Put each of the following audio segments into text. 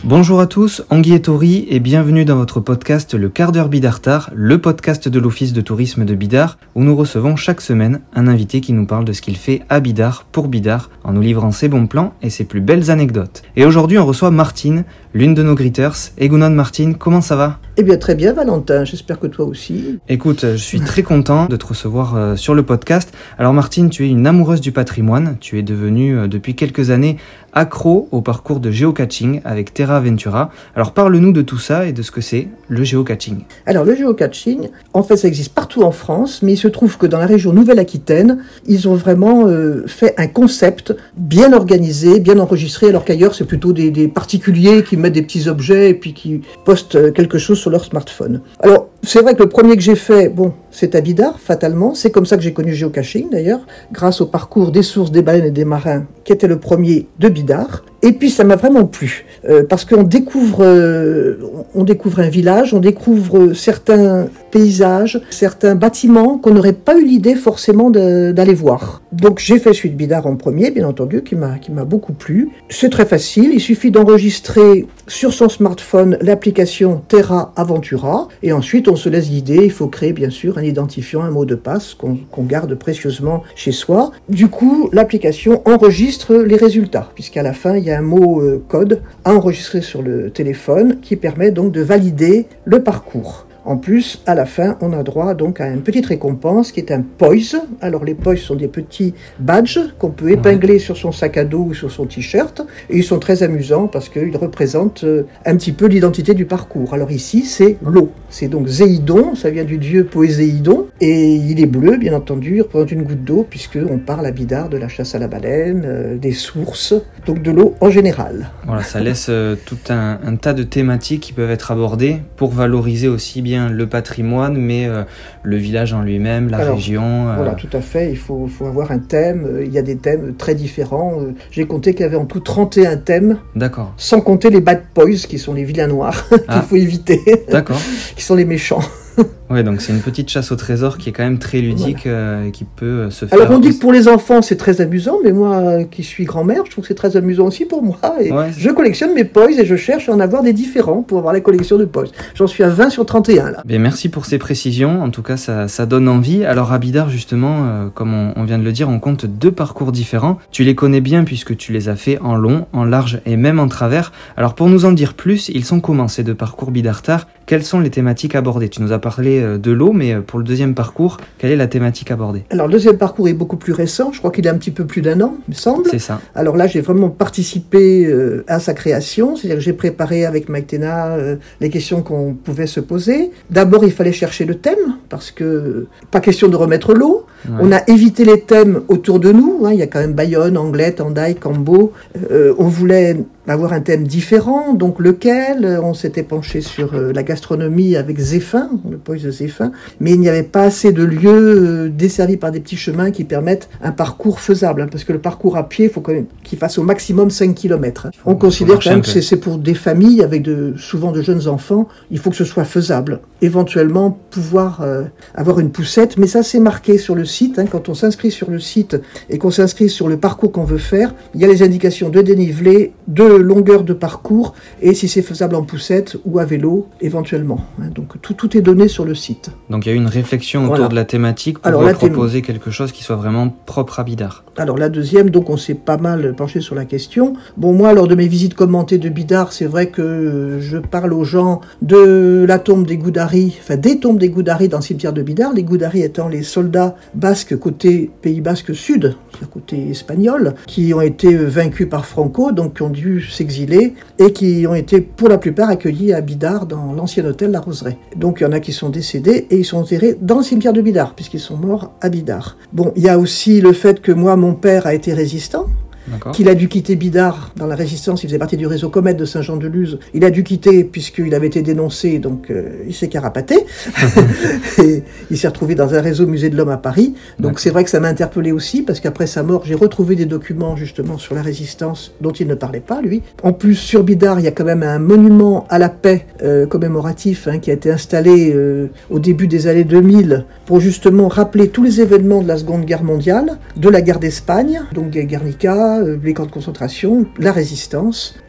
Bonjour à tous, Anguille et Tori et bienvenue dans votre podcast Le Quart d'heure Bidartar, le podcast de l'Office de tourisme de Bidart où nous recevons chaque semaine un invité qui nous parle de ce qu'il fait à Bidart pour Bidart en nous livrant ses bons plans et ses plus belles anecdotes. Et aujourd'hui on reçoit Martine, l'une de nos greeters. Egunon Martine, comment ça va ? Eh bien très bien Valentin, j'espère que toi aussi. Écoute, je suis très content de te recevoir sur le podcast. Alors Martine, tu es une amoureuse du patrimoine, tu es devenue depuis quelques années accro au parcours de géocaching avec Terra Ventura. Alors parle-nous de tout ça et de ce que c'est le géocaching. Alors le géocaching, en fait ça existe partout en France, mais il se trouve que dans la région Nouvelle-Aquitaine, ils ont vraiment fait un concept bien organisé, bien enregistré, alors qu'ailleurs c'est plutôt des particuliers qui mettent des petits objets et puis qui postent quelque chose sur leur smartphone. Alors c'est vrai que le premier que j'ai fait, c'est à Bidart, fatalement. C'est comme ça que j'ai connu le géocaching d'ailleurs, grâce au parcours des sources, des baleines et des marins, qui était le premier de Bidart. Et puis ça m'a vraiment plu, parce qu'on découvre un village, on découvre certains paysages, certains bâtiments qu'on n'aurait pas eu l'idée forcément d'aller voir. Donc j'ai fait celui de Bidart en premier, bien entendu, qui m'a beaucoup plu. C'est très facile, il suffit d'enregistrer sur son smartphone l'application Terra Ventura, et ensuite on se laisse guider. Il faut créer bien sûr un identifiant, un mot de passe qu'on garde précieusement chez soi. Du coup, l'application enregistre les résultats, puisqu'à la fin il y a un mot code à enregistrer sur le téléphone qui permet donc de valider le parcours. En plus, à la fin, on a droit donc à une petite récompense qui est un poise. Alors les poise sont des petits badges qu'on peut épingler sur son sac à dos ou sur son t-shirt. Et ils sont très amusants parce qu'ils représentent un petit peu l'identité du parcours. Alors ici, c'est l'eau. C'est donc Zéidon, ça vient du dieu Poséidon. Et il est bleu, bien entendu, il représente une goutte d'eau puisqu'on parle à Bidart de la chasse à la baleine, des sources, donc de l'eau en général. Voilà, ça laisse tout un tas de thématiques qui peuvent être abordées pour valoriser aussi bien le patrimoine, mais le village en lui-même, la région. Voilà, tout à fait. Il faut avoir un thème. Il y a des thèmes très différents. J'ai compté qu'il y avait en tout 31 thèmes. D'accord. Sans compter les bad boys, qui sont les vilains noirs, qu'il faut éviter. D'accord. Qui sont les méchants. Ouais, donc c'est une petite chasse au trésor qui est quand même très ludique, qui peut se faire... Alors on dit que pour les enfants c'est très amusant, mais moi qui suis grand-mère, je trouve que c'est très amusant aussi pour moi. Et je collectionne mes poys et je cherche à en avoir des différents pour avoir la collection de poys. J'en suis à 20 sur 31 là. Bien, merci pour ces précisions, en tout cas ça donne envie. Alors à Bidart justement, comme on vient de le dire, on compte 2 parcours différents. Tu les connais bien puisque tu les as fait en long, en large et même en travers. Alors pour nous en dire plus, ils sont comment ces 2 parcours Bidartar ? Quelles sont les thématiques abordées ? Tu nous as parlé de l'eau, mais pour le deuxième parcours, quelle est la thématique abordée ? Alors le deuxième parcours est beaucoup plus récent, je crois qu'il a un petit peu plus d'1 an, il me semble. C'est ça. Alors là, j'ai vraiment participé à sa création, c'est-à-dire que j'ai préparé avec Maïtena les questions qu'on pouvait se poser. D'abord, il fallait chercher le thème, parce que pas question de remettre l'eau. Ouais. On a évité les thèmes autour de nous, il y a quand même Bayonne, Anglet, Hendaye, Cambo. On voulait avoir un thème différent, donc lequel ? On s'était penché sur la gastronomie avec Zéphine, le poys de Zéphine, mais il n'y avait pas assez de lieux desservis par des petits chemins qui permettent un parcours faisable, parce que le parcours à pied, il faut quand même qu'il fasse au maximum 5 km. On considère quand même que c'est pour des familles avec souvent de jeunes enfants, il faut que ce soit faisable. Éventuellement, pouvoir avoir une poussette, mais ça c'est marqué sur le site, quand on s'inscrit sur le site et qu'on s'inscrit sur le parcours qu'on veut faire, il y a les indications de dénivelé, de longueur de parcours, et si c'est faisable en poussette ou à vélo, éventuellement. Donc tout est donné sur le site. Donc il y a eu une réflexion autour de la thématique pour proposer quelque chose qui soit vraiment propre à Bidart. Alors la deuxième, donc on s'est pas mal penché sur la question. Bon, moi, lors de mes visites commentées de Bidart, c'est vrai que je parle aux gens de la tombe des Goudari, des tombes des Goudari dans le cimetière de Bidart, les Goudari étant les soldats basques côté Pays Basque Sud, c'est-à-dire côté espagnol, qui ont été vaincus par Franco, donc qui ont dû s'exiler, et qui ont été pour la plupart accueillis à Bidart dans l'ancien hôtel La Roseraie. Donc il y en a qui sont décédés et ils sont enterrés dans le cimetière de Bidart, puisqu'ils sont morts à Bidart. Bon, il y a aussi le fait que moi, mon père a été résistant, qu'il a dû quitter Bidart dans la résistance, il faisait partie du réseau Comète de Saint-Jean-de-Luz. Il a dû quitter puisqu'il avait été dénoncé, donc il s'est carapaté. Et il s'est retrouvé dans un réseau musée de l'homme à Paris. Donc c'est vrai que ça m'a interpellé aussi, parce qu'après sa mort, j'ai retrouvé des documents justement sur la résistance dont il ne parlait pas, lui. En plus, sur Bidart, il y a quand même un monument à la paix commémoratif qui a été installé au début des années 2000 pour justement rappeler tous les événements de la Seconde Guerre mondiale, de la guerre d'Espagne, donc Guernica, les camps de concentration, la résistance.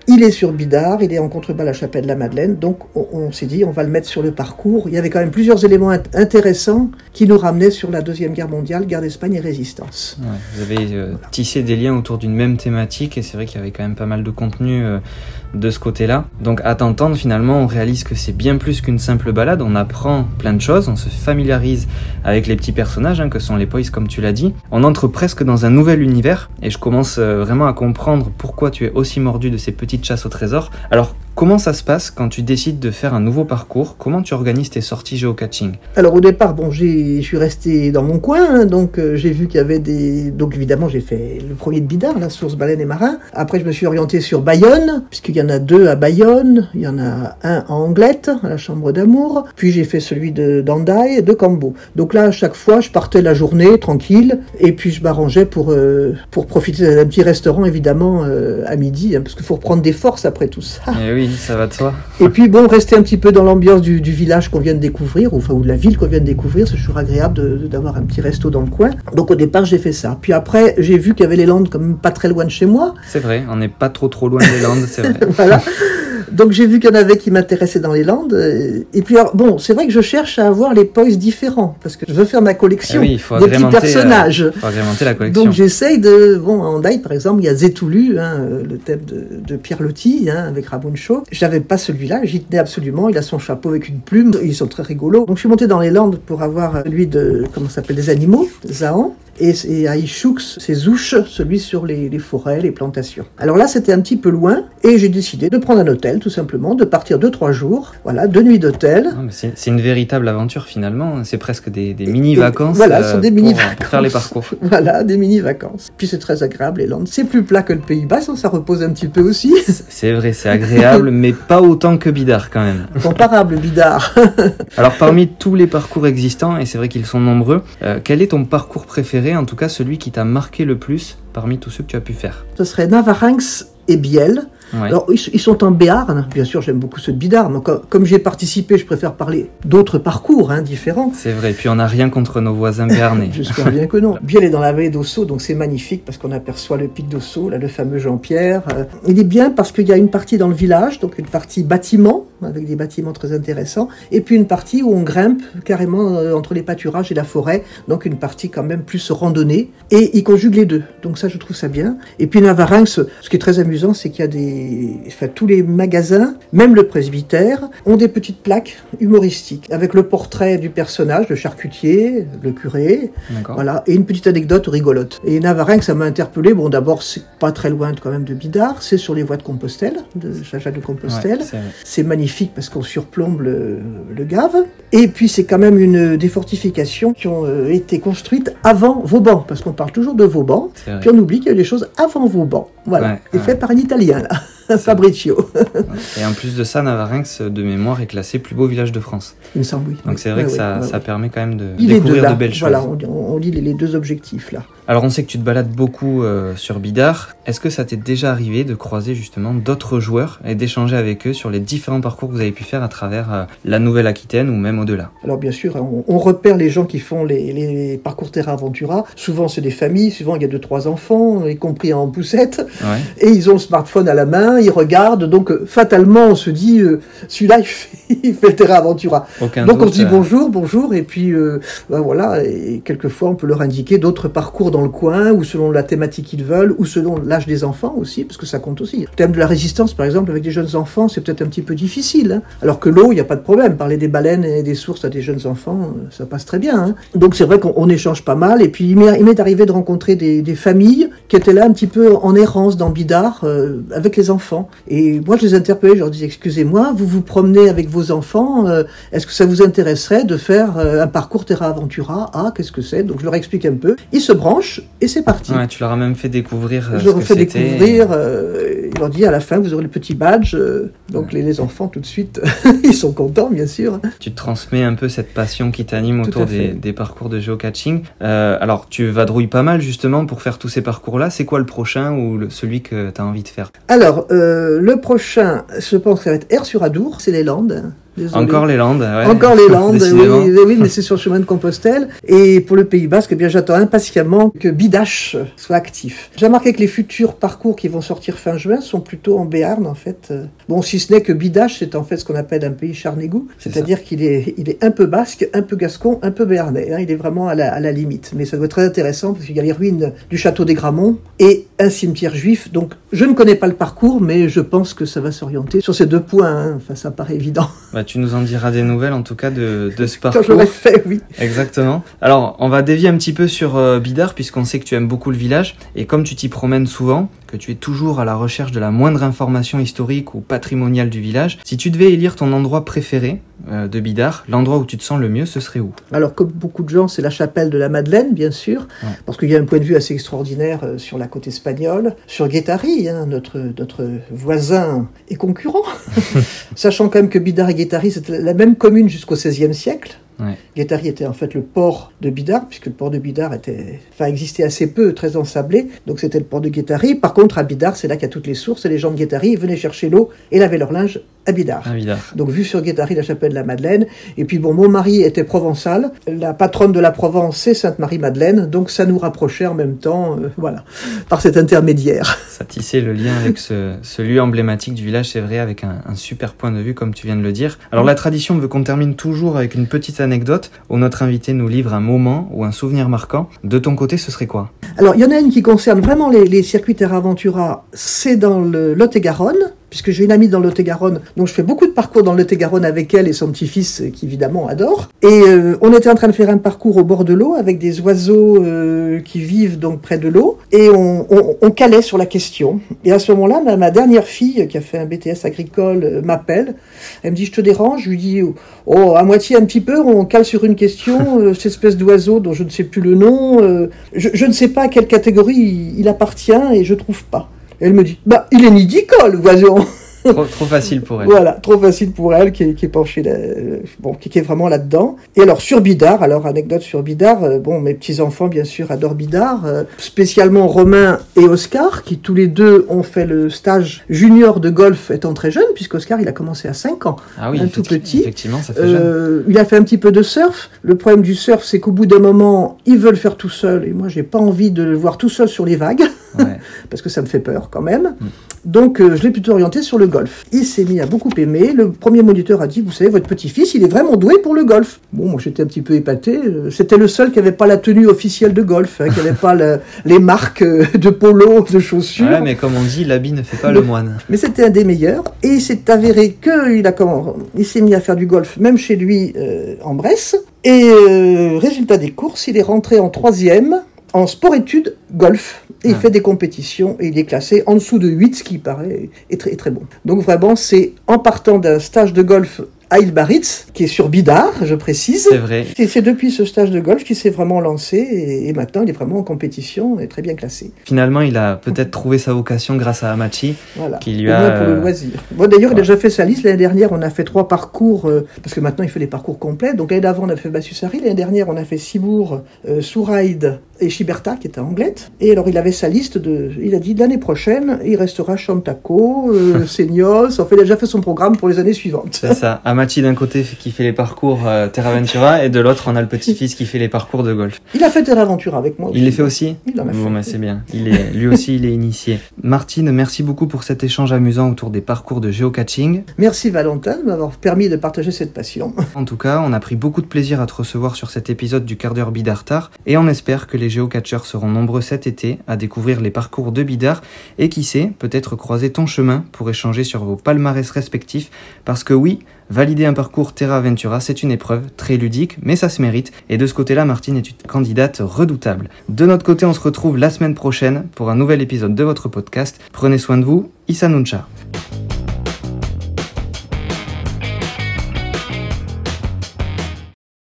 Il est sur Bidart, il est en contrebas à la chapelle de la Madeleine, donc on s'est dit on va le mettre sur le parcours. Il y avait quand même plusieurs éléments intéressants qui nous ramenaient sur la Deuxième Guerre mondiale, guerre d'Espagne et résistance. Ouais, vous avez tissé des liens autour d'une même thématique et c'est vrai qu'il y avait quand même pas mal de contenu de ce côté-là. Donc à t'entendre finalement on réalise que c'est bien plus qu'une simple balade, on apprend plein de choses, on se familiarise avec les petits personnages que sont les Poys comme tu l'as dit. On entre presque dans un nouvel univers et je commence vraiment à comprendre pourquoi tu es aussi mordu de ces petites chasses au trésor. Alors comment ça se passe quand tu décides de faire un nouveau parcours? Comment tu organises tes sorties géocaching? Alors au départ, je suis resté dans mon coin, donc j'ai vu qu'il y avait donc évidemment j'ai fait le premier de Bidart, la source baleine et marin. Après je me suis orienté sur Bayonne, puisqu'il y en a 2 à Bayonne, il y en a un à Anglette, à la Chambre d'Amour, puis j'ai fait celui d'Andaille et de Cambo. Donc là, à chaque fois, je partais la journée, tranquille, et puis je m'arrangeais pour profiter d'un petit restaurant, évidemment, à midi, parce qu'il faut reprendre des forces après tout ça. Et oui, ça va de soi. Et puis rester un petit peu dans l'ambiance du village qu'on vient de découvrir, ou de la ville qu'on vient de découvrir, c'est toujours agréable d'avoir un petit resto dans le coin. Donc au départ, j'ai fait ça. Puis après, j'ai vu qu'il y avait les Landes comme pas très loin de chez moi. C'est vrai, on n'est pas trop loin des Landes, c'est vrai. Voilà. Donc j'ai vu qu'il y en avait qui m'intéressaient dans les Landes. Et puis alors, c'est vrai que je cherche à avoir les Poys différents, parce que je veux faire ma collection des petits personnages. Il faut agrémenter la collection. Donc j'essaye à Andaille par exemple, il y a Zétoulu, le thème de Pierre Loti, avec Rabuncho. J'avais pas celui-là, j'y tenais absolument. Il a son chapeau avec une plume, ils sont très rigolos. Donc je suis monté dans les Landes pour avoir celui des animaux, Zahan. Et à Ichoux, c'est Zouch, celui sur les forêts, les plantations. Alors là, c'était un petit peu loin, et j'ai décidé de prendre un hôtel, tout simplement, de partir 2-3 jours, 2 nuits d'hôtel. C'est une véritable aventure, finalement. C'est presque des mini-vacances ce sont des mini-vacances. Pour faire les parcours. Voilà, des mini-vacances. Puis c'est très agréable, les Landes. C'est plus plat que le Pays Basque, ça repose un petit peu aussi. C'est vrai, c'est agréable, mais pas autant que Bidart, quand même. Comparable, Bidart. Alors, parmi tous les parcours existants, et c'est vrai qu'ils sont nombreux, quel est ton parcours préféré, en tout cas celui qui t'a marqué le plus parmi tous ceux que tu as pu faire? Ce serait Navarinx et Biel. Ouais. Alors, ils sont en Béarn. Bien sûr, j'aime beaucoup ceux de Bidart. Mais comme j'y ai participé, je préfère parler d'autres parcours différents. C'est vrai. Et puis, on n'a rien contre nos voisins béarnais. J'espère bien que non. Biel est dans la vallée d'Ossau, donc c'est magnifique parce qu'on aperçoit le pic d'Ossau, là, le fameux Jean-Pierre. Il est bien parce qu'il y a une partie dans le village, donc une partie bâtiment, avec des bâtiments très intéressants, et puis une partie où on grimpe carrément entre les pâturages et la forêt, donc une partie quand même plus randonnée. Et il conjugue les deux. Donc ça, je trouve ça bien. Et puis Navarinx, ce qui est très amusant, c'est qu'il y a tous les magasins, même le presbytère, ont des petites plaques humoristiques avec le portrait du personnage, le charcutier, le curé, voilà, et une petite anecdote rigolote. Et Navarinx, ça m'a interpellé. Bon, d'abord, c'est pas très loin quand même de Bidart, c'est sur les voies de Compostelle, de Saint-Jacques de Compostelle. Ouais, c'est magnifique parce qu'on surplombe le Gave. Et puis c'est quand même des fortifications qui ont été construites avant Vauban, parce qu'on parle toujours de Vauban, puis on oublie qu'il y a des choses avant Vauban. Voilà, et fait par un Italien là. Fabricio. Et en plus de ça, Navarinx, de mémoire, est classé plus beau village de France. Il me semble, oui. Donc c'est vrai que ça permet quand même de découvrir de belles choses. Voilà, on lit les deux objectifs là. Alors on sait que tu te balades beaucoup sur Bidart. Est-ce que ça t'est déjà arrivé de croiser justement d'autres joueurs et d'échanger avec eux sur les différents parcours que vous avez pu faire à travers la Nouvelle-Aquitaine ou même au-delà? Alors bien sûr, on repère les gens qui font les parcours Terra Aventura. Souvent c'est des familles, souvent il y a 2-3 enfants, y compris en poussette. Ouais. Et ils ont le smartphone à la main, ils regardent. Donc fatalement on se dit, celui-là il fait le Terra Aventura. Donc on se dit bonjour, et puis voilà. Et quelquefois on peut leur indiquer d'autres parcours dans le coin, ou selon la thématique qu'ils veulent, ou selon l'âge des enfants aussi, parce que ça compte aussi. Le thème de la résistance, par exemple, avec des jeunes enfants, c'est peut-être un petit peu difficile. Alors que l'eau, il n'y a pas de problème. Parler des baleines et des sources à des jeunes enfants, ça passe très bien. Donc c'est vrai qu'on échange pas mal. Et puis il m'est arrivé de rencontrer des familles qui étaient là un petit peu en errance dans Bidart, avec les enfants. Et moi, je les interpellais, je leur disais, excusez-moi, vous vous promenez avec vos enfants, est-ce que ça vous intéresserait de faire un parcours Terra Aventura? Ah, qu'est-ce que c'est? Donc je leur explique un peu. Ils se branchent, et c'est parti. Ouais, tu leur as même fait découvrir je leur ai fait découvrir, ils leur dit à la fin, vous aurez le petit badge, donc les enfants tout de suite, ils sont contents bien sûr. Tu te transmets un peu cette passion qui t'anime autour des parcours de géocaching. Alors tu vadrouilles pas mal justement pour faire tous ces parcours-là. C'est quoi le prochain ou celui que tu as envie de faire? Alors, le prochain, je pense que ça va être Air-sur-Adour, c'est les Landes. Désolé. Encore les Landes. Ouais. Encore les Landes, oui, mais c'est sur le chemin de Compostelle. Et pour le Pays Basque, eh bien, j'attends impatiemment que Bidache soit actif. J'ai remarqué que les futurs parcours qui vont sortir fin juin sont plutôt en Béarn, en fait. Bon, si ce n'est que Bidache, c'est en fait ce qu'on appelle un pays charnégou. C'est-à-dire qu'il est un peu basque, un peu gascon, un peu béarnais. Hein. Il est vraiment à la limite. Mais ça doit être très intéressant parce qu'il y a les ruines du château des Grammonts et un cimetière juif. Donc, je ne connais pas le parcours, mais je pense que ça va s'orienter sur ces 2 points. Hein. Enfin, ça paraît évident. Bah, tu nous en diras des nouvelles, en tout cas, de ce parcours. Quand je l'aurais fait, oui. Exactement. Alors, on va dévier un petit peu sur Bidart, puisqu'on sait que tu aimes beaucoup le village. Et comme tu t'y promènes souvent, que tu es toujours à la recherche de la moindre information historique ou patrimoniale du village, si tu devais élire ton endroit préféré de Bidart, l'endroit où tu te sens le mieux, ce serait où? Alors, comme beaucoup de gens, c'est la chapelle de la Madeleine, bien sûr, parce qu'il y a un point de vue assez extraordinaire sur la côte espagnole, sur Guétari, hein, notre voisin et concurrent, sachant quand même que Bidart et Guétari, c'était la même commune jusqu'au XVIe siècle. Ouais. Guétari était en fait le port de Bidart, puisque le port de Bidart existait assez peu, très ensablé, donc c'était le port de Guétari. Par contre, à Bidart, c'est là qu'il y a toutes les sources, et les gens de Guétari venaient chercher l'eau et lavaient leur linge à Bidart. Donc vue sur Guétari, la chapelle de la Madeleine. Et puis bon, mon mari était provençal, la patronne de la Provence, c'est Sainte-Marie-Madeleine, donc ça nous rapprochait en même temps, voilà, par cet intermédiaire. Ça tissait le lien avec ce lieu emblématique du village, c'est vrai, avec un super point de vue, comme tu viens de le dire. Alors la tradition veut qu'on termine toujours avec une petite anecdote où notre invité nous livre un moment ou un souvenir marquant. De ton côté, ce serait quoi? Alors, il y en a une qui concerne vraiment les circuits Terra Ventura, c'est dans le Lot-et-Garonne, puisque j'ai une amie dans le Lot-et-Garonne, donc je fais beaucoup de parcours dans le Lot-et-Garonne avec elle et son petit-fils, qui évidemment adore. Et on était en train de faire un parcours au bord de l'eau avec des oiseaux qui vivent donc près de l'eau, et on calait sur la question. Et à ce moment-là, ma dernière fille, qui a fait un BTS agricole, m'appelle. Elle me dit, je te dérange? Je lui dis, oh, à moitié un petit peu, on cale sur une question, cette espèce d'oiseau dont je ne sais plus le nom, je ne sais pas à quelle catégorie il appartient et je trouve pas. Elle me dit, il est nidicole, l'oiseau. Trop facile pour elle. Voilà, trop facile pour elle, qui est penchée, qui est vraiment là-dedans. Et alors, sur Bidart, anecdote sur Bidart, mes petits-enfants, bien sûr, adorent Bidart, spécialement Romain et Oscar, qui tous les deux ont fait le stage junior de golf étant très jeune, puisqu'Oscar, il a commencé à 5 ans. Ah oui, un tout petit. Effectivement, ça fait jeune. Il a fait un petit peu de surf. Le problème du surf, c'est qu'au bout d'un moment, ils veulent faire tout seul, et moi, j'ai pas envie de le voir tout seul sur les vagues, parce que ça me fait peur, quand même. Donc, je l'ai plutôt orienté sur le golf. Il s'est mis à beaucoup aimer. Le premier moniteur a dit, vous savez, votre petit-fils, il est vraiment doué pour le golf. Bon, moi, j'étais un petit peu épaté. C'était le seul qui n'avait pas la tenue officielle de golf, qui n'avait pas les marques de polo, de chaussures. Ouais, mais comme on dit, l'habit ne fait pas le moine. Mais c'était un des meilleurs. Et il s'est avéré qu'il s'est mis à faire du golf, même chez lui, en Bresse. Et résultat des courses, il est rentré en 3e en sport-études golf. Et il fait des compétitions et il est classé en dessous de 8, ce qui paraît est très, très bon. Donc vraiment, c'est en partant d'un stage de golf à Île-Baritz, qui est sur Bidart, je précise. C'est vrai. C'est depuis ce stage de golf qu'il s'est vraiment lancé et maintenant il est vraiment en compétition et très bien classé. Finalement, il a peut-être trouvé sa vocation grâce à Amachi, qui lui au moins pour le loisir. Bon, d'ailleurs, il a déjà fait sa liste. L'année dernière, on a fait 3 parcours, parce que maintenant il fait les parcours complets. Donc l'année d'avant, on a fait Bassus-Sari. L'année dernière, on a fait Cibourg, Souraïd et Chiberta, qui est à Anglette. Et alors, il avait sa liste il a dit, l'année prochaine, il restera Chantaco, Seignos. En fait, il a déjà fait son programme pour les années suivantes. C'est ça. Amachi d'un côté qui fait les parcours Terra Ventura et de l'autre on a le petit-fils qui fait les parcours de golf. Il a fait Terra Ventura avec moi aussi. Il les fait aussi? Il en a fait. C'est bien. Lui aussi il est initié. Martine, merci beaucoup pour cet échange amusant autour des parcours de géocaching. Merci Valentin de m'avoir permis de partager cette passion. En tout cas, on a pris beaucoup de plaisir à te recevoir sur cet épisode du quart d'heure Bidartar et on espère que les géocacheurs seront nombreux cet été à découvrir les parcours de Bidart et qui sait, peut-être croiser ton chemin pour échanger sur vos palmarès respectifs parce que oui, valider un parcours Terra Ventura, c'est une épreuve très ludique, mais ça se mérite. Et de ce côté-là, Martine est une candidate redoutable. De notre côté, on se retrouve la semaine prochaine pour un nouvel épisode de votre podcast. Prenez soin de vous, Issa Nuncha.